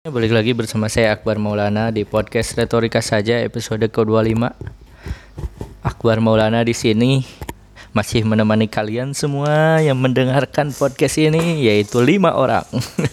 Balik lagi bersama saya Akbar Maulana di podcast Retorika Saja episode ke-25. Akbar Maulana di sini masih menemani kalian semua yang mendengarkan podcast ini, yaitu 5 orang.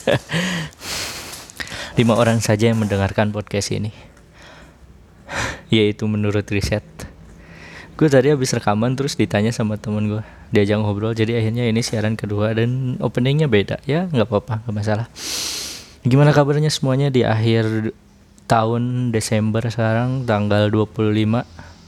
5 orang saja yang mendengarkan podcast ini. Yaitu menurut riset. Gue tadi habis rekaman terus ditanya sama temen gue, diajak ngobrol, jadi akhirnya ini siaran kedua dan openingnya beda. Ya nggak apa-apa, nggak masalah. Gimana kabarnya semuanya di akhir tahun Desember sekarang tanggal 25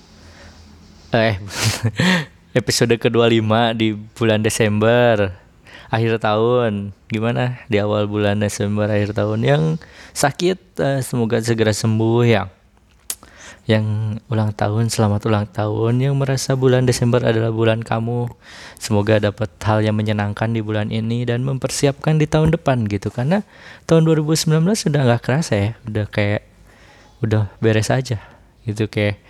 episode ke-25 di bulan Desember akhir tahun. Gimana di awal bulan Desember akhir tahun? Yang sakit semoga segera sembuh, yang ulang tahun selamat ulang tahun, yang merasa bulan Desember adalah bulan kamu, semoga dapat hal yang menyenangkan di bulan ini dan mempersiapkan di tahun depan gitu, karena tahun 2019 sudah nggak kerasa ya, udah beres aja gitu, kayak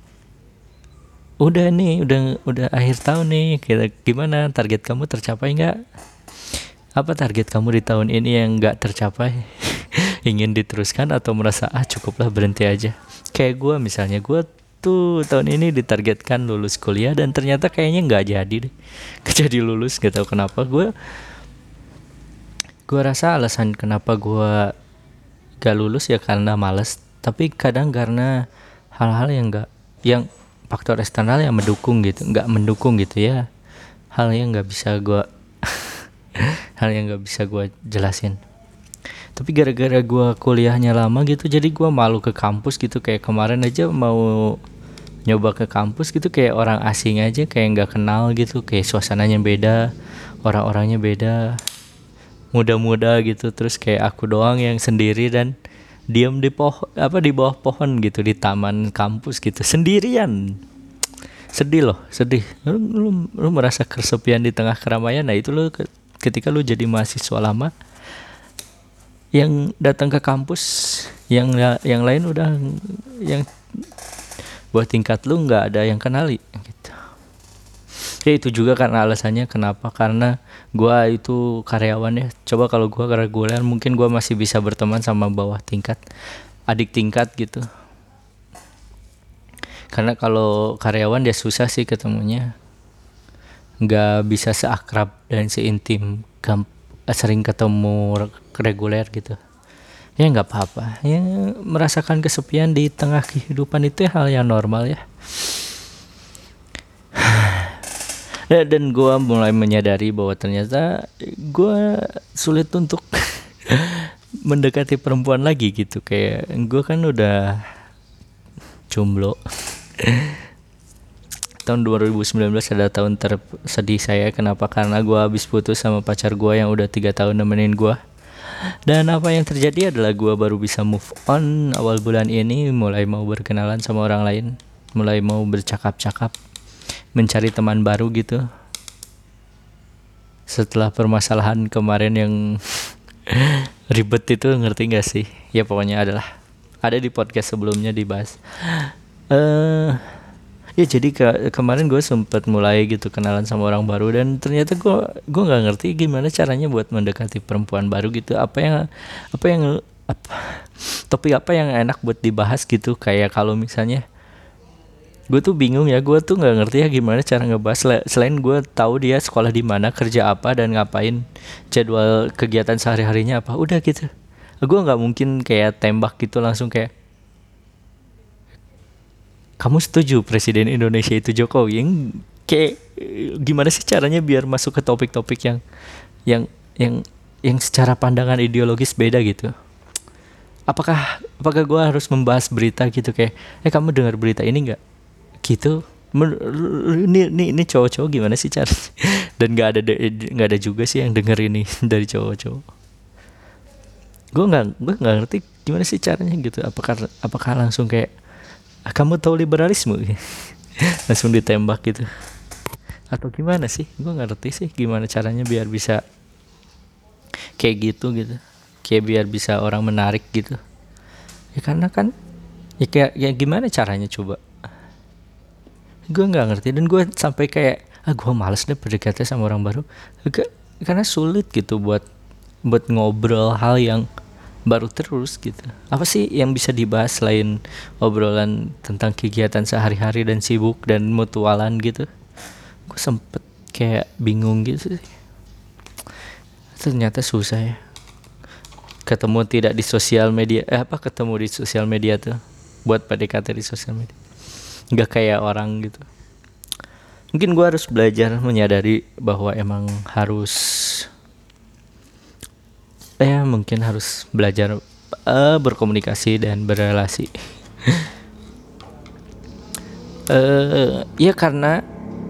udah nih, udah akhir tahun nih. Gimana, target kamu tercapai nggak? Apa target kamu di tahun ini yang nggak tercapai? Ingin diteruskan atau merasa cukuplah, berhenti aja? Kayak gue misalnya, gue tuh tahun ini ditargetkan lulus kuliah dan ternyata kayaknya nggak jadi deh. Jadi lulus, gak tahu kenapa. Gue rasa alasan kenapa gue gak lulus ya karena males, tapi kadang karena hal-hal yang faktor eksternal yang mendukung gitu, nggak mendukung gitu ya, hal yang nggak bisa gue jelasin. Tapi gara-gara gue kuliahnya lama gitu, jadi gue malu ke kampus gitu. Kayak kemarin aja mau nyoba ke kampus gitu, kayak orang asing aja, kayak nggak kenal gitu, kayak suasananya beda, orang-orangnya beda, muda-muda gitu. Terus kayak aku doang yang sendiri dan diam di di bawah pohon gitu di taman kampus gitu, sendirian. Sedih loh, sedih. Lu merasa kesepian di tengah keramaian. Nah itu lo ketika lu jadi mahasiswa lama yang datang ke kampus, yang lain udah, yang buat tingkat lu nggak ada yang kenali gitu. Ya itu juga karena alasannya kenapa, karena gua itu karyawan ya. Coba kalau gua reguler mungkin gua masih bisa berteman sama bawah tingkat, adik tingkat gitu. Karena kalau karyawan dia susah sih ketemunya, nggak bisa seakrab dan seintim sering ketemu reguler gitu. Ya nggak apa-apa ya, merasakan kesepian di tengah kehidupan itu hal yang normal ya. Dan gue mulai menyadari bahwa ternyata gue sulit untuk mendekati perempuan lagi gitu. Kayak gue kan udah jomblo. Tahun 2019 adalah tahun tersedih saya. Kenapa? Karena gue habis putus sama pacar gue yang udah 3 tahun nemenin gue. Dan apa yang terjadi adalah gue baru bisa move on awal bulan ini, mulai mau berkenalan sama orang lain, mulai mau bercakap-cakap, mencari teman baru gitu. Setelah permasalahan kemarin yang ribet itu, ngerti gak sih? Ya pokoknya ada di podcast sebelumnya dibahas. Ya jadi kemarin gue sempet mulai gitu kenalan sama orang baru, dan ternyata gue nggak ngerti gimana caranya buat mendekati perempuan baru gitu. Topik apa yang enak buat dibahas gitu. Kayak kalau misalnya gue tuh bingung ya, gue tuh nggak ngerti ya gimana cara ngebahas selain gue tahu dia sekolah di mana, kerja apa, dan ngapain, jadwal kegiatan sehari-harinya apa, udah gitu. Gue nggak mungkin kayak tembak gitu langsung kayak, kamu setuju Presiden Indonesia itu Jokowi? Yang kayak gimana sih caranya biar masuk ke topik-topik yang yang secara pandangan ideologis beda gitu. Apakah gue harus membahas berita gitu, kayak kamu dengar berita ini nggak gitu? Ini cowok-cowok gimana sih cara? Dan nggak ada juga sih yang denger ini dari cowok-cowok. Gue nggak ngerti gimana sih caranya gitu. Apakah langsung kayak, kamu tahu liberalisme? Langsung ditembak gitu, atau gimana sih? Gue nggak ngerti sih gimana caranya biar bisa kayak gitu, kayak biar bisa orang menarik gitu ya. Karena kan ya gimana caranya coba, gue nggak ngerti. Dan gue sampai kayak gue malas deh PDKT sama orang baru, karena sulit gitu buat ngobrol hal yang baru terus gitu. Apa sih yang bisa dibahas selain obrolan tentang kegiatan sehari-hari dan sibuk dan mutualan gitu? Gue sempet kayak bingung gitu sih. Ternyata susah ya. Ketemu tidak di sosial media, ketemu di sosial media tuh buat PDKT di sosial media. Nggak kayak orang gitu. Mungkin gue harus belajar menyadari bahwa emang harus mungkin harus belajar berkomunikasi dan berrelasi. Ya karena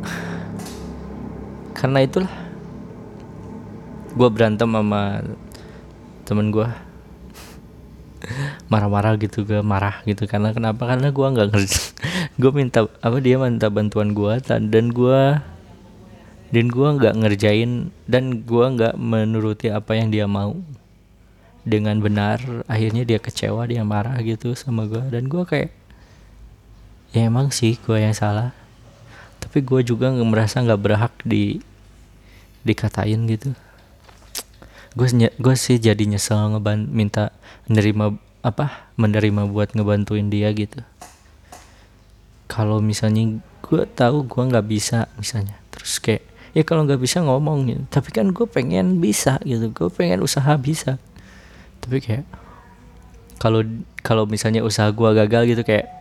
itulah gue berantem sama temen gue, marah-marah gitu, gue marah gitu karena kenapa, karena gue nggak ngerti. Gue minta dia minta bantuan gue dan gue nggak ngerjain dan gue nggak menuruti apa yang dia mau dengan benar. Akhirnya dia kecewa, dia marah gitu sama gue, dan gue kayak ya emang sih gue yang salah, tapi gue juga merasa nggak berhak dikatain gitu. Gue sih jadi nyesel minta menerima buat ngebantuin dia gitu. Kalau misalnya gue tahu gue nggak bisa misalnya, terus kayak ya kalau nggak bisa ngomong gitu. Tapi kan gue pengen bisa gitu, gue pengen usaha bisa. Tapi kayak kalau misalnya usaha gue gagal gitu, kayak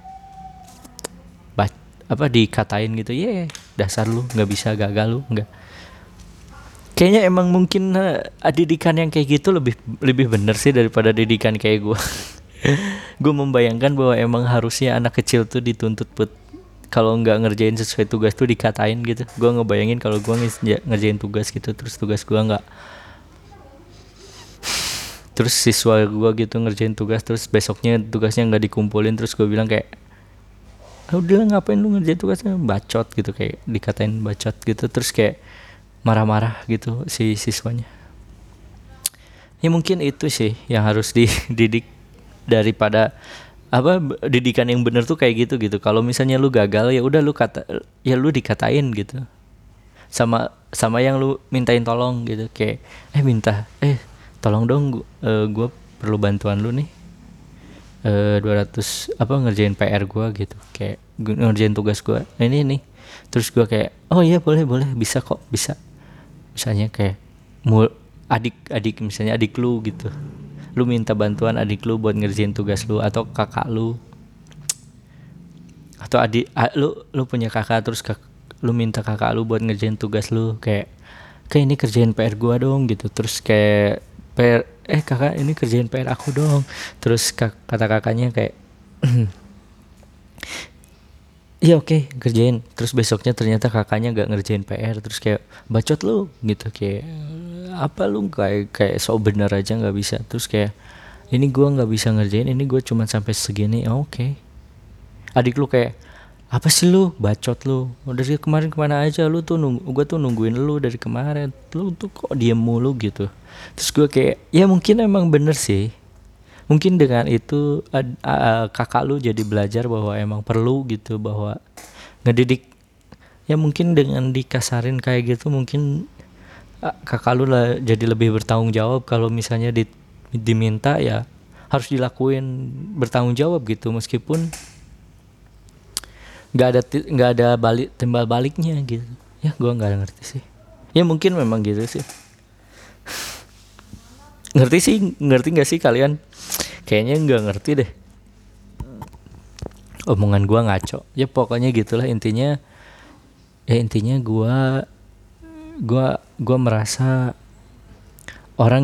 dikatain gitu, dasar lu nggak bisa, gagal lu nggak. Kayaknya emang mungkin didikan yang kayak gitu lebih bener sih daripada didikan kayak gue. Gue membayangkan bahwa emang harusnya anak kecil tuh dituntut kalau nggak ngerjain sesuai tugas tuh dikatain gitu. Gue ngebayangin kalau gue ngerjain tugas gitu, terus tugas gue nggak, terus siswa gue gitu ngerjain tugas, terus besoknya tugasnya nggak dikumpulin, terus gue bilang kayak udah ngapain lu ngerjain tugasnya, bacot gitu, kayak dikatain bacot gitu, terus kayak marah-marah gitu si siswanya. Ya mungkin itu sih yang harus dididik, daripada didikan yang bener tuh kayak gitu. Kalau misalnya lu gagal, ya udah lu dikatain gitu, sama yang lu mintain tolong gitu, kayak tolong dong, gue perlu bantuan lu nih, 200 ngerjain PR gue gitu, kayak ngerjain tugas gue ini nih. Terus gue kayak oh iya boleh bisa kok, bisa. Misalnya kayak adik misalnya adik lu gitu, lu minta bantuan adik lu buat ngerjain tugas lu, atau kakak lu, atau lu punya kakak, terus lu minta kakak lu buat ngerjain tugas lu, kayak ini kerjain PR gua dong gitu. Terus kayak kakak ini kerjain PR aku dong. Terus kata kakaknya kayak iya oke, kerjain. Terus besoknya ternyata kakaknya gak ngerjain PR, terus kayak bacot lu gitu, kayak apa lu kayak sok bener aja nggak bisa. Terus kayak ini gue nggak bisa ngerjain, ini gue cuma sampai segini. Oke. Adik lu kayak apa sih lu, bacot lu, dari kemarin kemana aja lu tuh, gue tuh nungguin lu dari kemarin, lu tuh kok diem mulu gitu. Terus gue kayak ya mungkin emang bener sih, mungkin dengan itu kakak lu jadi belajar bahwa emang perlu gitu, bahwa ngedidik ya mungkin dengan dikasarin kayak gitu, mungkin kakak lu lah jadi lebih bertanggung jawab. Kalau misalnya diminta ya harus dilakuin, bertanggung jawab gitu, meskipun nggak ada timbal baliknya gitu. Ya gue nggak ngerti sih, ya mungkin memang gitu sih. ngerti nggak sih kalian? Kayaknya nggak ngerti deh, omongan gue ngaco ya, pokoknya gitulah intinya. Ya intinya gue merasa orang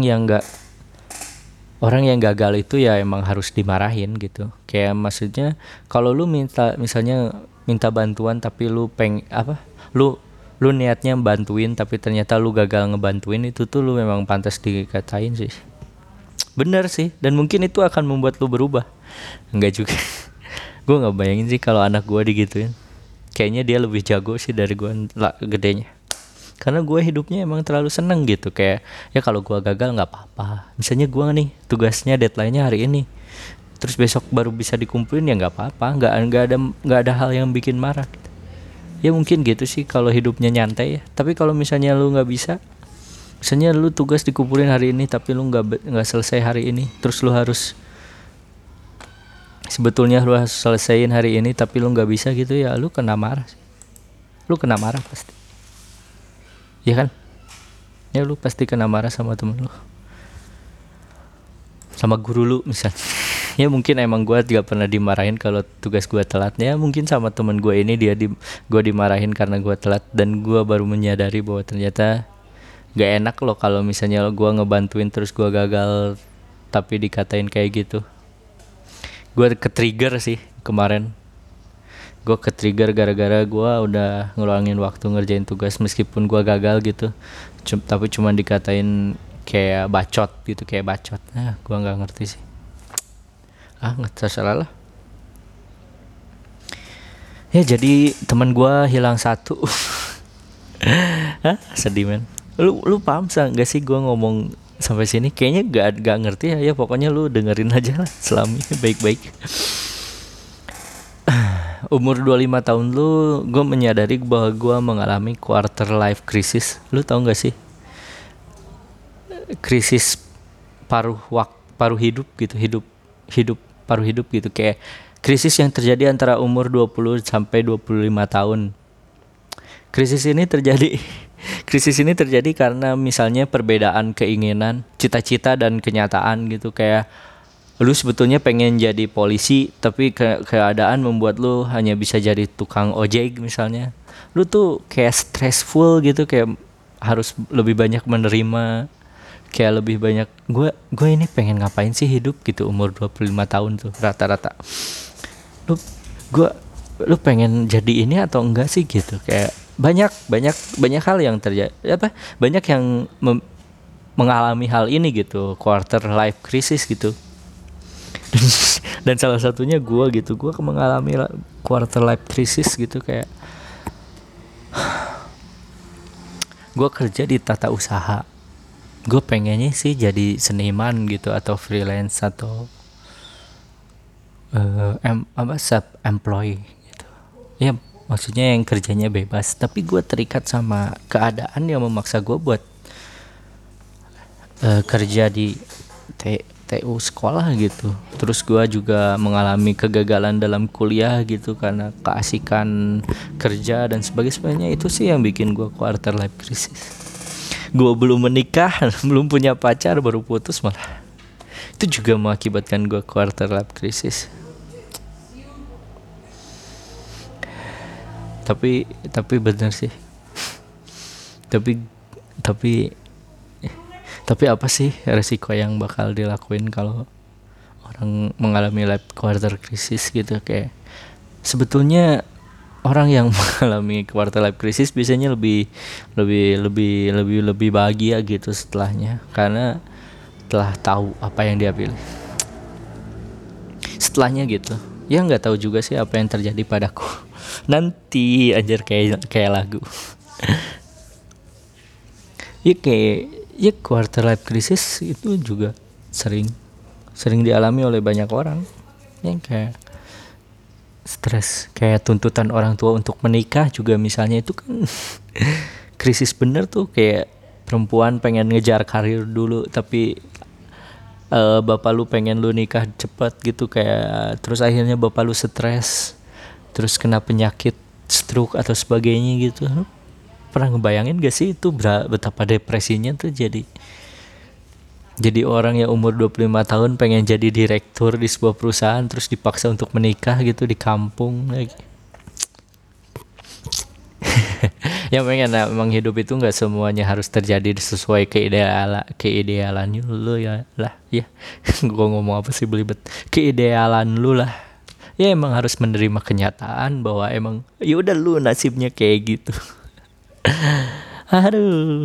yang gagal itu ya emang harus dimarahin gitu. Kayak maksudnya kalau lu misalnya minta bantuan, tapi lu lu niatnya bantuin tapi ternyata lu gagal ngebantuin, itu tuh lu memang pantas dikatain sih. Bener sih, dan mungkin itu akan membuat lu berubah. Enggak juga. Gue nggak bayangin sih kalau anak gue digituin. Kayaknya dia lebih jago sih dari gue gedenya. Karena gue hidupnya emang terlalu seneng gitu, kayak ya kalau gue gagal nggak apa-apa. Misalnya gue nih tugasnya deadline-nya hari ini, terus besok baru bisa dikumpulin, ya nggak apa-apa, nggak ada hal yang bikin marah gitu. Ya mungkin gitu sih kalau hidupnya nyantai ya. Tapi kalau misalnya lu nggak bisa, Misalnya lu tugas dikumpulin hari ini tapi lu nggak selesai hari ini, terus lu harus sebetulnya lu harus selesaiin hari ini tapi lu nggak bisa gitu ya, lu kena marah sih. Lu kena marah pasti, ya kan? Ya lu pasti kena marah sama temen lu, sama guru lu misalnya. Ya mungkin emang gue gak pernah dimarahin kalau tugas gue telatnya, mungkin sama temen gue ini gue dimarahin karena gue telat, dan gue baru menyadari bahwa ternyata gak enak loh kalau misalnya gue ngebantuin terus gue gagal tapi dikatain kayak gitu. Gue ke-trigger sih kemarin. Gue ke-trigger gara-gara gue udah ngeluangin waktu ngerjain tugas meskipun gue gagal gitu. Tapi cuma dikatain kayak bacot gitu, kayak bacot. Nah, gue nggak ngerti sih. Nggak tersalah lah. Ya jadi teman gue hilang satu. Sedih men. Lu paham nggak sih gue ngomong sampai sini? Kayaknya gak ngerti ya. Pokoknya lu dengerin aja lah selama ini baik-baik. Umur 25 tahun lu, gue menyadari bahwa gue mengalami quarter life crisis. Lu tahu gak sih? Krisis paruh hidup gitu, hidup paruh hidup gitu, kayak krisis yang terjadi antara umur 20 sampai 25 tahun. Krisis ini terjadi karena misalnya perbedaan keinginan, cita-cita dan kenyataan gitu. Kayak lu sebetulnya pengen jadi polisi tapi keadaan membuat lu hanya bisa jadi tukang ojek misalnya. Lu tuh kayak stressful gitu, kayak harus lebih banyak menerima, kayak lebih banyak gue ini pengen ngapain sih hidup gitu umur 25 tahun tuh rata-rata. Lu pengen jadi ini atau enggak sih gitu, kayak banyak hal yang terjadi, banyak yang mengalami hal ini gitu, quarter life crisis gitu. Dan salah satunya gue mengalami quarter life crisis gitu. Kayak gue kerja di tata usaha, gue pengennya sih jadi seniman gitu atau freelance atau self employed gitu ya, maksudnya yang kerjanya bebas. Tapi gue terikat sama keadaan yang memaksa gue buat kerja di TU sekolah gitu. Terus gue juga mengalami kegagalan dalam kuliah gitu karena keasikan kerja dan sebagainya. Itu sih yang bikin gue quarter life crisis. Gue belum menikah, belum punya pacar, baru putus malah. Itu juga mengakibatkan gue quarter life crisis. Tapi benar sih. Tapi apa sih resiko yang bakal dilakuin kalau orang mengalami life quarter crisis gitu? Kayak sebetulnya orang yang mengalami quarter life crisis biasanya lebih bahagia gitu setelahnya, karena telah tahu apa yang dia pilih setelahnya gitu. Ya nggak tahu juga sih apa yang terjadi padaku nanti, anjir, kayak lagu. Ya quarter life crisis itu juga sering dialami oleh banyak orang yang kayak stres, kayak tuntutan orang tua untuk menikah juga misalnya, itu kan krisis bener tuh. Kayak perempuan pengen ngejar karir dulu tapi bapak lu pengen lu nikah cepat gitu, kayak terus akhirnya bapak lu stres, terus kena penyakit stroke atau sebagainya gitu. Lu pernah ngebayangin gak sih itu betapa depresinya tuh jadi orang yang umur 25 tahun pengen jadi direktur di sebuah perusahaan terus dipaksa untuk menikah gitu di kampung lagi. Ya memang hidup itu nggak semuanya harus terjadi sesuai keidealan lu ya lah ya. Gue ngomong apa sih belibet, keidealan lu lah ya. Emang harus menerima kenyataan bahwa emang ya udah lu nasibnya kayak gitu. Aduh.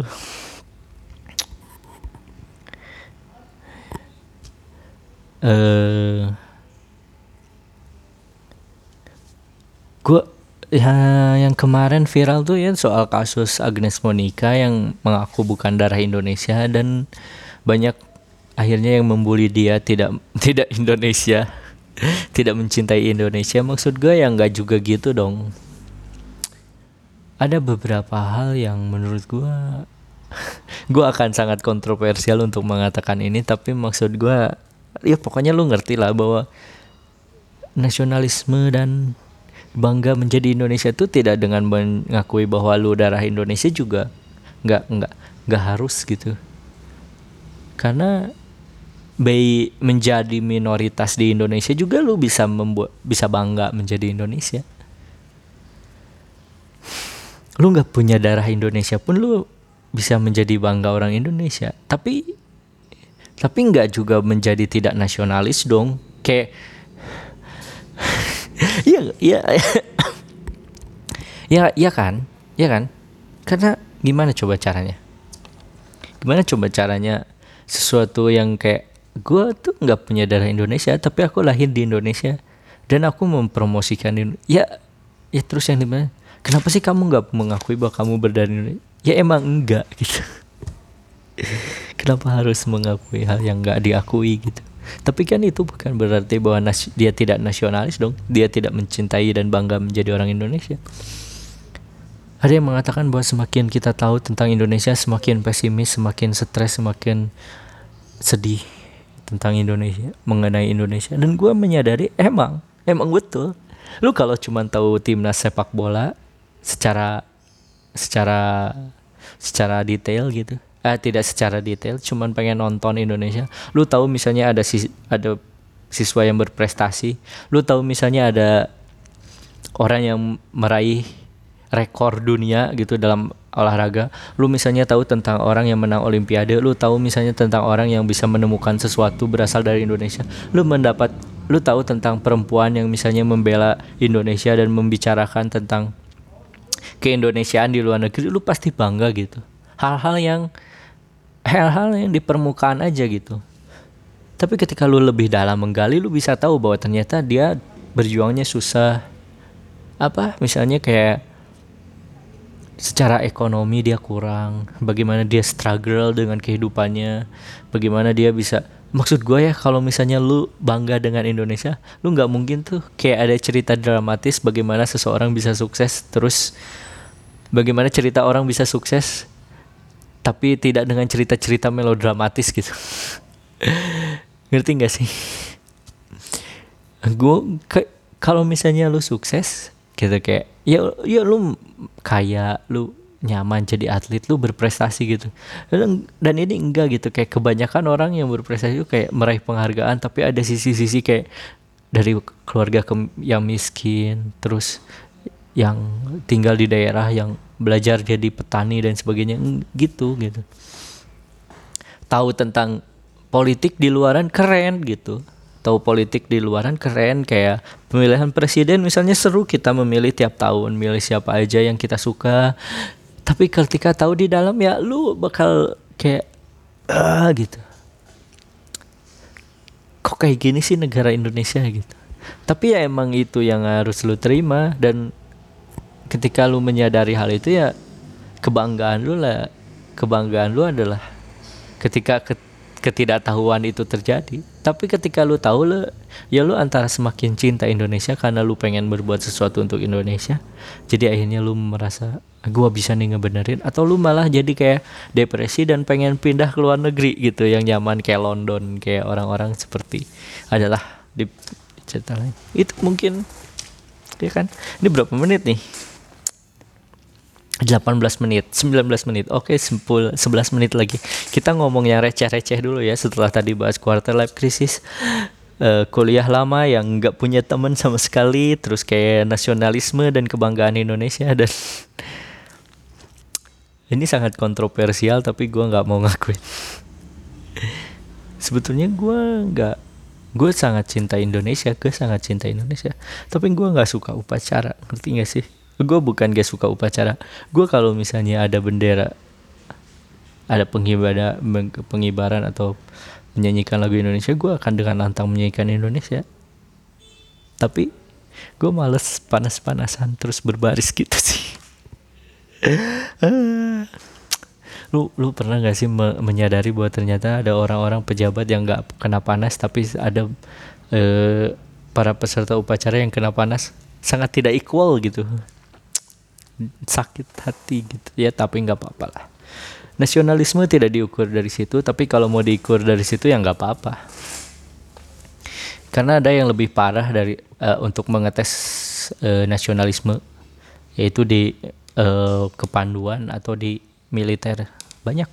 Gue yang kemarin viral tuh ya soal kasus Agnes Monica yang mengaku bukan darah Indonesia, dan banyak akhirnya yang membuli dia tidak Indonesia, tidak mencintai Indonesia. Maksud gue ya nggak juga gitu dong. Ada beberapa hal yang menurut gue gue akan sangat kontroversial untuk mengatakan ini, tapi maksud gue ya pokoknya lu ngerti lah bahwa nasionalisme dan bangga menjadi Indonesia itu tidak dengan mengakui bahwa lu darah Indonesia juga nggak harus gitu. Karena menjadi minoritas di Indonesia juga lu bisa bangga menjadi Indonesia. Lu nggak punya darah Indonesia pun lu bisa menjadi bangga orang Indonesia. Tapi nggak juga menjadi tidak nasionalis dong. Kayak ya kan? Karena gimana coba caranya sesuatu yang kayak gue tuh nggak punya darah Indonesia, tapi aku lahir di Indonesia dan aku mempromosikan ya terus yang dimana? Kenapa sih kamu nggak mengakui bahwa kamu berdarah Indonesia? Ya emang enggak gitu. Kenapa harus mengakui hal yang nggak diakui gitu? Tapi kan itu bukan berarti bahwa dia tidak nasionalis dong. Dia tidak mencintai dan bangga menjadi orang Indonesia. Ada yang mengatakan bahwa semakin kita tahu tentang Indonesia, semakin pesimis, semakin stres, semakin sedih tentang Indonesia, mengenai Indonesia. Dan gue menyadari emang betul. Lu kalau cuma tahu timnas sepak bola secara detail gitu, tidak secara detail, cuman pengen nonton Indonesia. Lu tahu misalnya ada siswa yang berprestasi, lu tahu misalnya ada orang yang meraih rekor dunia gitu dalam olahraga, lu misalnya tahu tentang orang yang menang olimpiade, lu tahu misalnya tentang orang yang bisa menemukan sesuatu berasal dari Indonesia, lu tahu tentang perempuan yang misalnya membela Indonesia dan membicarakan tentang keindonesiaan di luar negeri, lu pasti bangga gitu. Hal-hal yang di permukaan aja gitu. Tapi ketika lu lebih dalam menggali, lu bisa tahu bahwa ternyata dia berjuangnya susah. Misalnya kayak secara ekonomi dia kurang, bagaimana dia struggle dengan kehidupannya, bagaimana dia bisa, maksud gue ya, kalau misalnya lu bangga dengan Indonesia, lu nggak mungkin tuh kayak ada cerita dramatis bagaimana seseorang bisa sukses, terus bagaimana cerita orang bisa sukses tapi tidak dengan cerita-cerita melodramatis gitu. Ngerti nggak sih? Gue kalau misalnya lu sukses gitu, kayak ya lu kaya, lu nyaman jadi atlet, lu berprestasi gitu. Dan ini enggak gitu, kayak kebanyakan orang yang berprestasi itu kayak meraih penghargaan, tapi ada sisi-sisi kayak dari keluarga yang miskin, terus yang tinggal di daerah yang belajar jadi petani dan sebagainya gitu. Tahu tentang politik di luaran keren gitu. Tahu politik di luaran keren, kayak pemilihan presiden misalnya seru, kita memilih tiap tahun, milih siapa aja yang kita suka. Tapi ketika tahu di dalam ya lu bakal kayak gitu. Kok kayak gini sih negara Indonesia gitu. Tapi ya emang itu yang harus lu terima, dan ketika lu menyadari hal itu ya kebanggaan lu adalah ketika ketidaktahuan itu terjadi. Tapi ketika lu tahu, lu antara semakin cinta Indonesia karena lu pengen berbuat sesuatu untuk Indonesia, jadi akhirnya lu merasa gua bisa nih ngebenerin, atau lu malah jadi kayak depresi dan pengen pindah ke luar negeri gitu, yang nyaman kayak London, kayak orang-orang seperti adalah di cerita lain. Itu mungkin ya kan. Ini berapa menit nih? 18 menit, 19 menit. Oke, 11 menit lagi. Kita ngomong yang receh-receh dulu ya, setelah tadi bahas quarter life crisis, kuliah lama yang nggak punya teman sama sekali, terus kayak nasionalisme dan kebanggaan Indonesia, dan ini sangat kontroversial tapi gue nggak mau ngakuin. Sebetulnya gue sangat cinta Indonesia, tapi gue nggak suka upacara, ngerti nggak sih? Gue bukan gak suka upacara. Gue kalau misalnya ada bendera, ada pengibaran atau menyanyikan lagu Indonesia, gue akan dengan lantang menyanyikan Indonesia. Tapi gue males panas-panasan terus berbaris gitu sih. Lu pernah gak sih menyadari bahwa ternyata ada orang-orang pejabat yang gak kena panas, tapi ada para peserta upacara yang kena panas? Sangat tidak equal gitu. Sakit hati gitu ya, tapi nggak apa-apa lah. Nasionalisme tidak diukur dari situ, tapi kalau mau diukur dari situ ya nggak apa-apa. Karena ada yang lebih parah dari untuk mengetes nasionalisme, yaitu di kepanduan atau di militer. Banyak.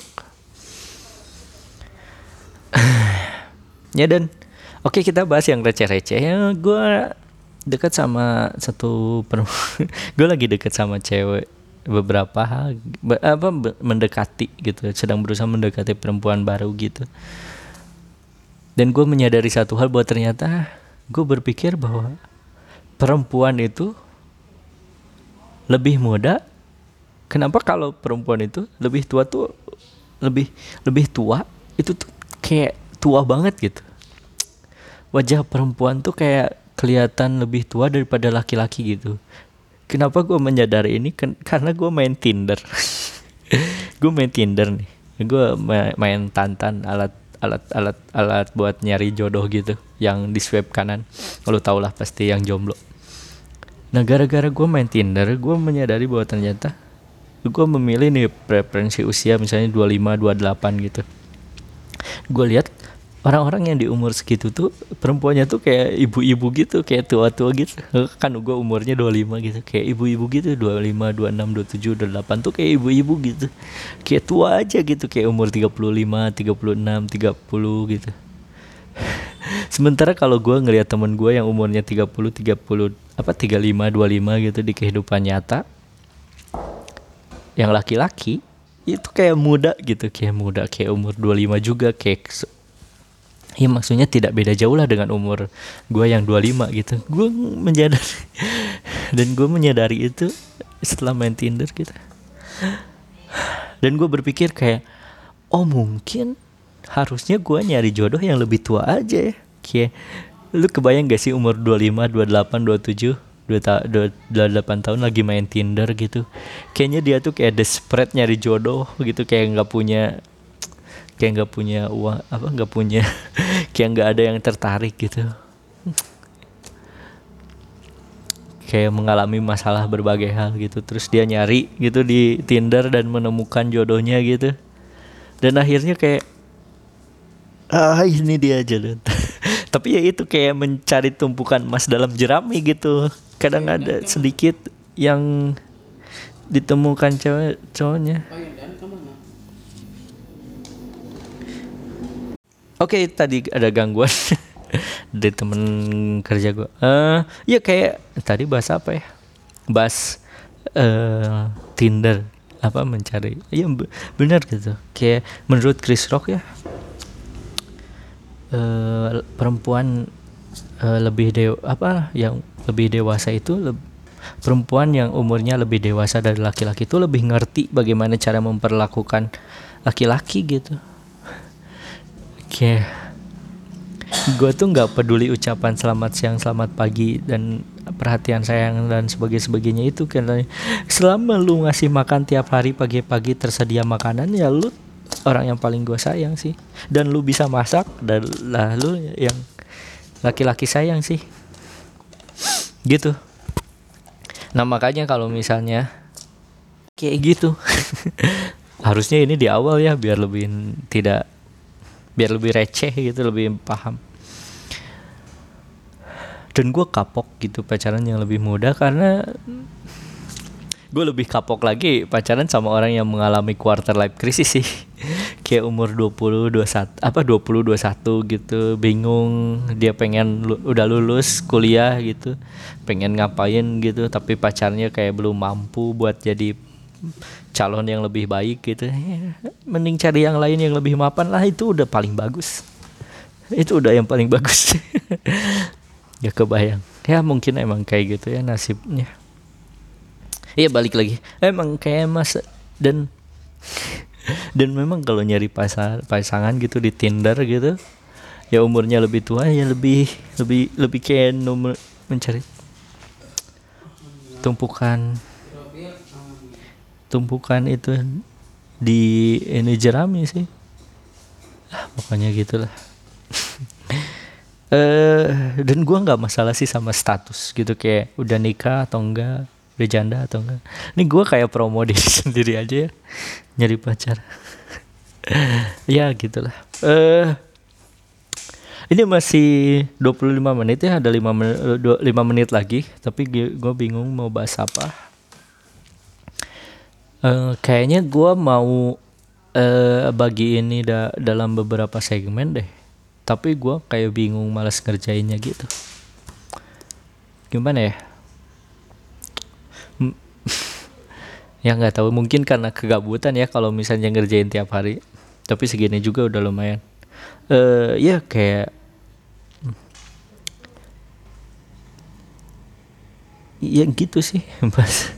Ya dan oke, kita bahas yang receh-receh. Ya, gue dekat sama satu gue lagi dekat sama cewek beberapa mendekati gitu, sedang berusaha mendekati perempuan baru gitu. Dan gue menyadari satu hal, bahwa ternyata gue berpikir bahwa perempuan itu lebih muda. Kenapa kalau perempuan itu lebih tua tuh lebih tua itu tuh kayak tua banget gitu. Wajah perempuan tuh kayak kelihatan lebih tua daripada laki-laki gitu. Kenapa gue menyadari ini? Karena gue main Tinder. Gue main Tinder nih. Gue main Tantan, alat buat nyari jodoh gitu, yang di swipe kanan. Lo tau lah pasti yang jomblo. Nah, gara-gara gue main Tinder, gue menyadari bahwa ternyata gue memilih nih preferensi usia misalnya 25, 28 gitu. Gue lihat orang-orang yang di umur segitu tuh perempuannya tuh kayak ibu-ibu gitu, kayak tua-tua gitu. Kan gue umurnya 25 gitu, kayak ibu-ibu gitu, 25, 26, 27, 28 tuh kayak ibu-ibu gitu. Kayak tua aja gitu, kayak umur 35, 36, 30 gitu. Sementara kalau gue ngelihat temen gue yang umurnya 35, 25 gitu di kehidupan nyata, yang laki-laki itu kayak muda gitu, kayak umur 25 juga, kayak ya maksudnya tidak beda jauh lah dengan umur gue yang 25 gitu. Gue menyadari dan gue menyadari itu setelah main Tinder gitu. Dan gue berpikir kayak, oh mungkin harusnya gue nyari jodoh yang lebih tua aja ya. Kayak lu kebayang gak sih umur 25, 28, 27, 28 tahun lagi main Tinder gitu. Kayaknya dia tuh kayak desperate nyari jodoh gitu, kayak nggak punya uang, nggak punya kayak nggak ada yang tertarik gitu, kayak mengalami masalah berbagai hal gitu. Terus dia nyari gitu di Tinder dan menemukan jodohnya gitu, dan akhirnya kayak ini dia aja deh. Tapi ya itu kayak mencari tumpukan emas dalam jerami gitu. Kadang ada sedikit yang ditemukan cowoknya. Oke, tadi ada gangguan dari temen kerja gue. Ya kayak tadi bahas apa ya? Bahas Tinder, mencari. Iya benar gitu. Kayak menurut Chris Rock ya, perempuan yang lebih dewasa itu perempuan yang umurnya lebih dewasa dari laki-laki itu lebih ngerti bagaimana cara memperlakukan laki-laki gitu. Kayak gue tuh nggak peduli ucapan selamat siang, selamat pagi, dan perhatian sayang dan sebagainya itu, karena selama lu ngasih makan tiap hari pagi-pagi tersedia makanan, ya lu orang yang paling gue sayang sih. Dan lu bisa masak, dan lah lu yang laki-laki sayang sih gitu. Nah makanya kalau misalnya kayak gitu harusnya ini di awal ya, biar lebih receh gitu, lebih paham. Dan gue kapok gitu pacaran yang lebih muda, karena gue lebih kapok lagi pacaran sama orang yang mengalami quarter life crisis sih. Kayak umur 20, 21 gitu, bingung, dia pengen udah lulus kuliah gitu, pengen ngapain gitu, tapi pacarnya kayak belum mampu buat jadi calon yang lebih baik gitu. Mending cari yang lain yang lebih mapan lah, itu udah paling bagus. Itu udah yang paling bagus. Ya kebayang. Ya mungkin emang kayak gitu ya nasibnya. Iya balik lagi. Emang kayak mas dan memang kalau nyari pasangan gitu di Tinder gitu, ya umurnya lebih tua, ya lebih kayak nomor mencari tumpukan itu di ini jerami sih. Pokoknya gitulah. Dan gue nggak masalah sih sama status gitu, kayak udah nikah atau enggak, udah janda atau enggak. Ini gue kayak promo diri sendiri aja ya, nyari pacar. Ya gitulah. Ini masih 25 menit ya, ada 5 menit lagi, tapi gue bingung mau bahas apa. Kayaknya gue mau bagi ini dalam beberapa segmen deh. Tapi gue kayak bingung, malas ngerjainnya gitu. Gimana ya? Ya nggak tahu, mungkin karena kegabutan ya kalau misalnya ngerjain tiap hari. Tapi segini juga udah lumayan. Ya kayak ya gitu sih, Mas.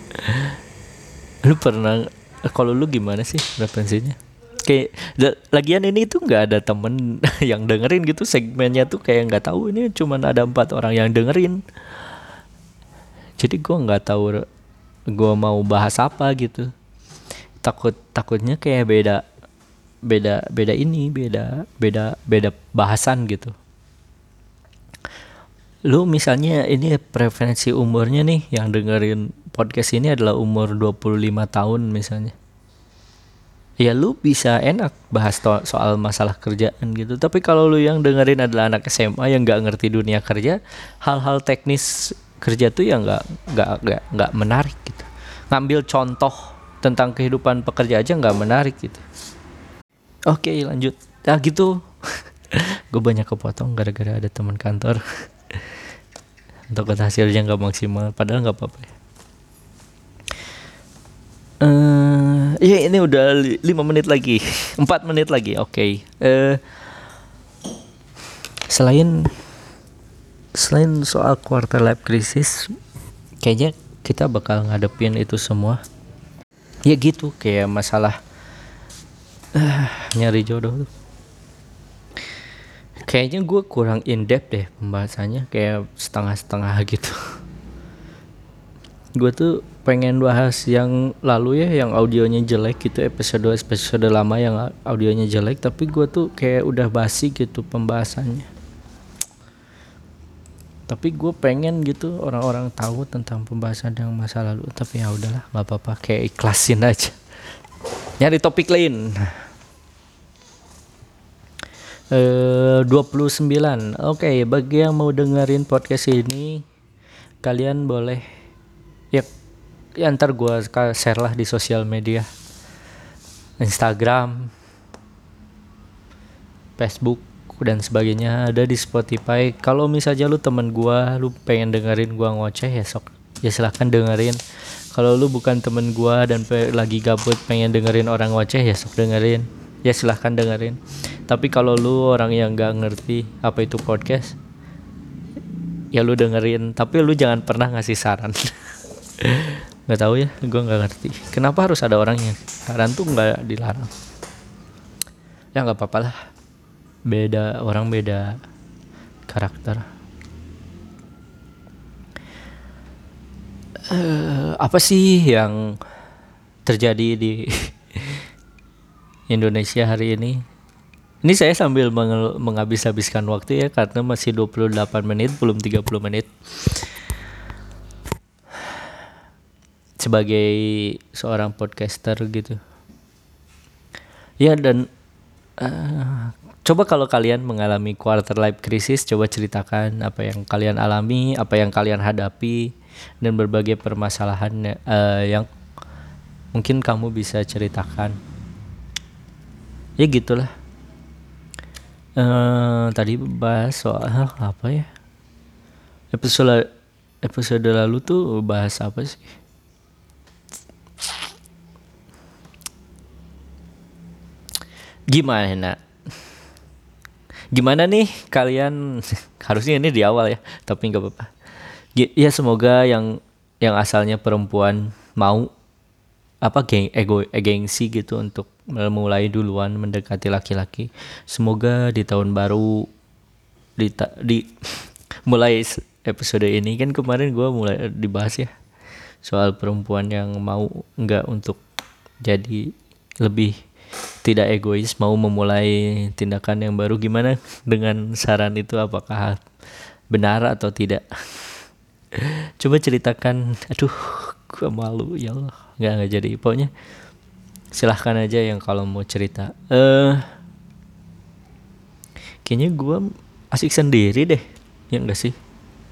Lu pernah, kalau lu gimana sih referensinya? Kayak lagian ini tuh nggak ada temen yang dengerin gitu, segmennya tuh kayak nggak tahu, ini cuman ada 4 orang yang dengerin. Jadi gue nggak tahu gue mau bahas apa gitu. Takutnya kayak beda ini, beda bahasan gitu. Lu misalnya ini preferensi umurnya nih, yang dengerin podcast ini adalah umur 25 tahun misalnya. Ya lu bisa enak bahas soal masalah kerjaan gitu. Tapi kalau lu yang dengerin adalah anak SMA yang nggak ngerti dunia kerja, hal-hal teknis kerja tuh ya nggak menarik gitu. Ngambil contoh tentang kehidupan pekerja aja nggak menarik gitu. Oke, lanjut. Nah gitu. Gue banyak kepotong gara-gara ada teman kantor. Untuk hasilnya nggak maksimal, padahal nggak apa-apa ya. Ya ini udah 5 menit lagi. 4 menit lagi. Oke. Selain soal quarter life crisis, kayaknya kita bakal ngadepin itu semua. Ya gitu, kayak masalah nyari jodoh tuh. Kayaknya gue kurang in depth deh pembahasannya, kayak setengah-setengah gitu. Gue tuh pengen bahas yang lalu ya, yang audionya jelek gitu, episode lama yang audionya jelek, tapi gue tuh kayak udah basi gitu pembahasannya. Tapi gue pengen gitu orang-orang tahu tentang pembahasan yang masa lalu, tapi ya udahlah, nggak apa-apa, kayak ikhlasin aja. Nyari topik lain. 29. Oke, bagi yang mau dengerin podcast ini, kalian boleh ya ntar gue share lah di sosial media, Instagram, Facebook dan sebagainya, ada di Spotify. Kalau misalnya lu temen gue, lu pengen dengerin gue ngoceh ya sok, ya silahkan dengerin. Kalau lu bukan temen gue dan lagi gabut pengen dengerin orang ngoceh ya sok dengerin, ya silahkan dengerin. Tapi kalau lu orang yang gak ngerti apa itu podcast, ya lu dengerin, tapi lu jangan pernah ngasih saran. Nggak tahu ya, gue nggak ngerti kenapa harus ada orang yang saran tuh, nggak dilarang. Ya nggak apa-apa lah, beda orang, beda karakter. Apa sih yang terjadi di Indonesia hari ini? Ini saya sambil menghabis-habiskan waktu ya, karena masih 28 menit, belum 30 menit. Sebagai seorang podcaster gitu. Ya, dan coba kalau kalian mengalami quarter life crisis, coba ceritakan apa yang kalian alami, apa yang kalian hadapi, dan berbagai permasalahan yang mungkin kamu bisa ceritakan. Ya gitulah. Tadi bahas soal apa ya? Episode lalu tuh bahas apa sih? Gimana nih kalian? Harusnya ini di awal ya, tapi nggak apa-apa. Ya semoga yang asalnya perempuan mau gengsi gitu untuk mulai duluan mendekati laki-laki. Semoga di tahun baru di mulai episode ini, kan kemarin gue mulai dibahas ya soal perempuan yang mau nggak untuk jadi lebih tidak egois, mau memulai tindakan yang baru. Gimana dengan saran itu, apakah benar atau tidak? Coba ceritakan. Aduh, gue malu ya Allah, nggak jadi. Pokoknya Silahkan aja yang kalau mau cerita. Kayaknya gue asik sendiri deh, ya enggak sih?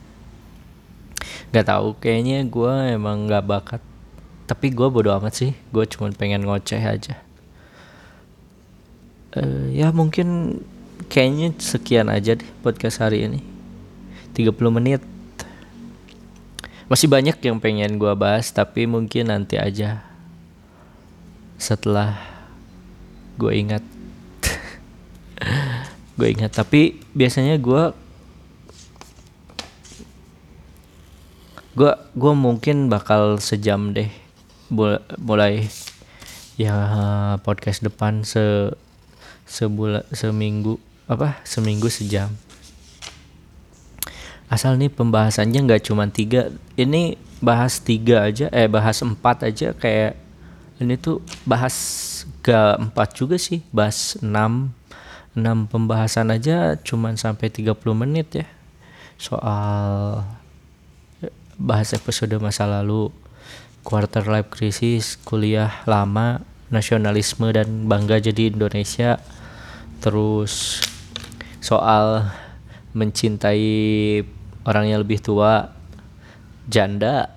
Gak tahu, kayaknya gue emang nggak bakat. Tapi gue bodo amat sih, gue cuma pengen ngoceh aja. Ya mungkin kayaknya sekian aja deh podcast hari ini. 30 menit. Masih banyak yang pengen gue bahas, tapi mungkin nanti aja setelah gue ingat. Gue ingat, tapi biasanya gue mungkin bakal sejam deh mulai ya podcast depan seminggu sejam. Asal nih pembahasannya nggak cuma 3, ini bahas 3 aja, bahas 4 aja, kayak ini tuh bahas gak 4 juga sih, bahas 6 pembahasan aja cuman sampai 30 menit ya. Soal bahas episode masa lalu, quarter life crisis, kuliah lama, nasionalisme dan bangga jadi Indonesia, terus soal mencintai orang yang lebih tua, janda,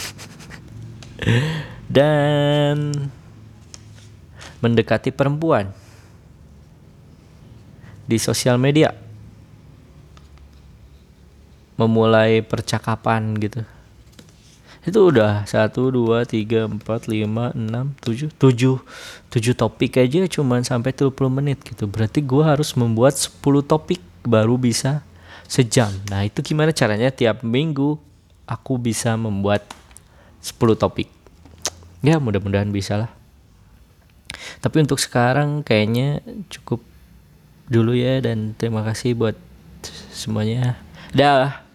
dan mendekati perempuan di sosial media, memulai percakapan gitu. Itu udah 1, 2, 3, 4, 5, 6, 7 topik aja cuman sampai 30 menit gitu. Berarti gue harus membuat 10 topik baru bisa sejam. Nah itu gimana caranya tiap minggu aku bisa membuat 10 topik. Ya mudah-mudahan bisa lah. Tapi untuk sekarang kayaknya cukup dulu ya, dan terima kasih buat semuanya. Dah.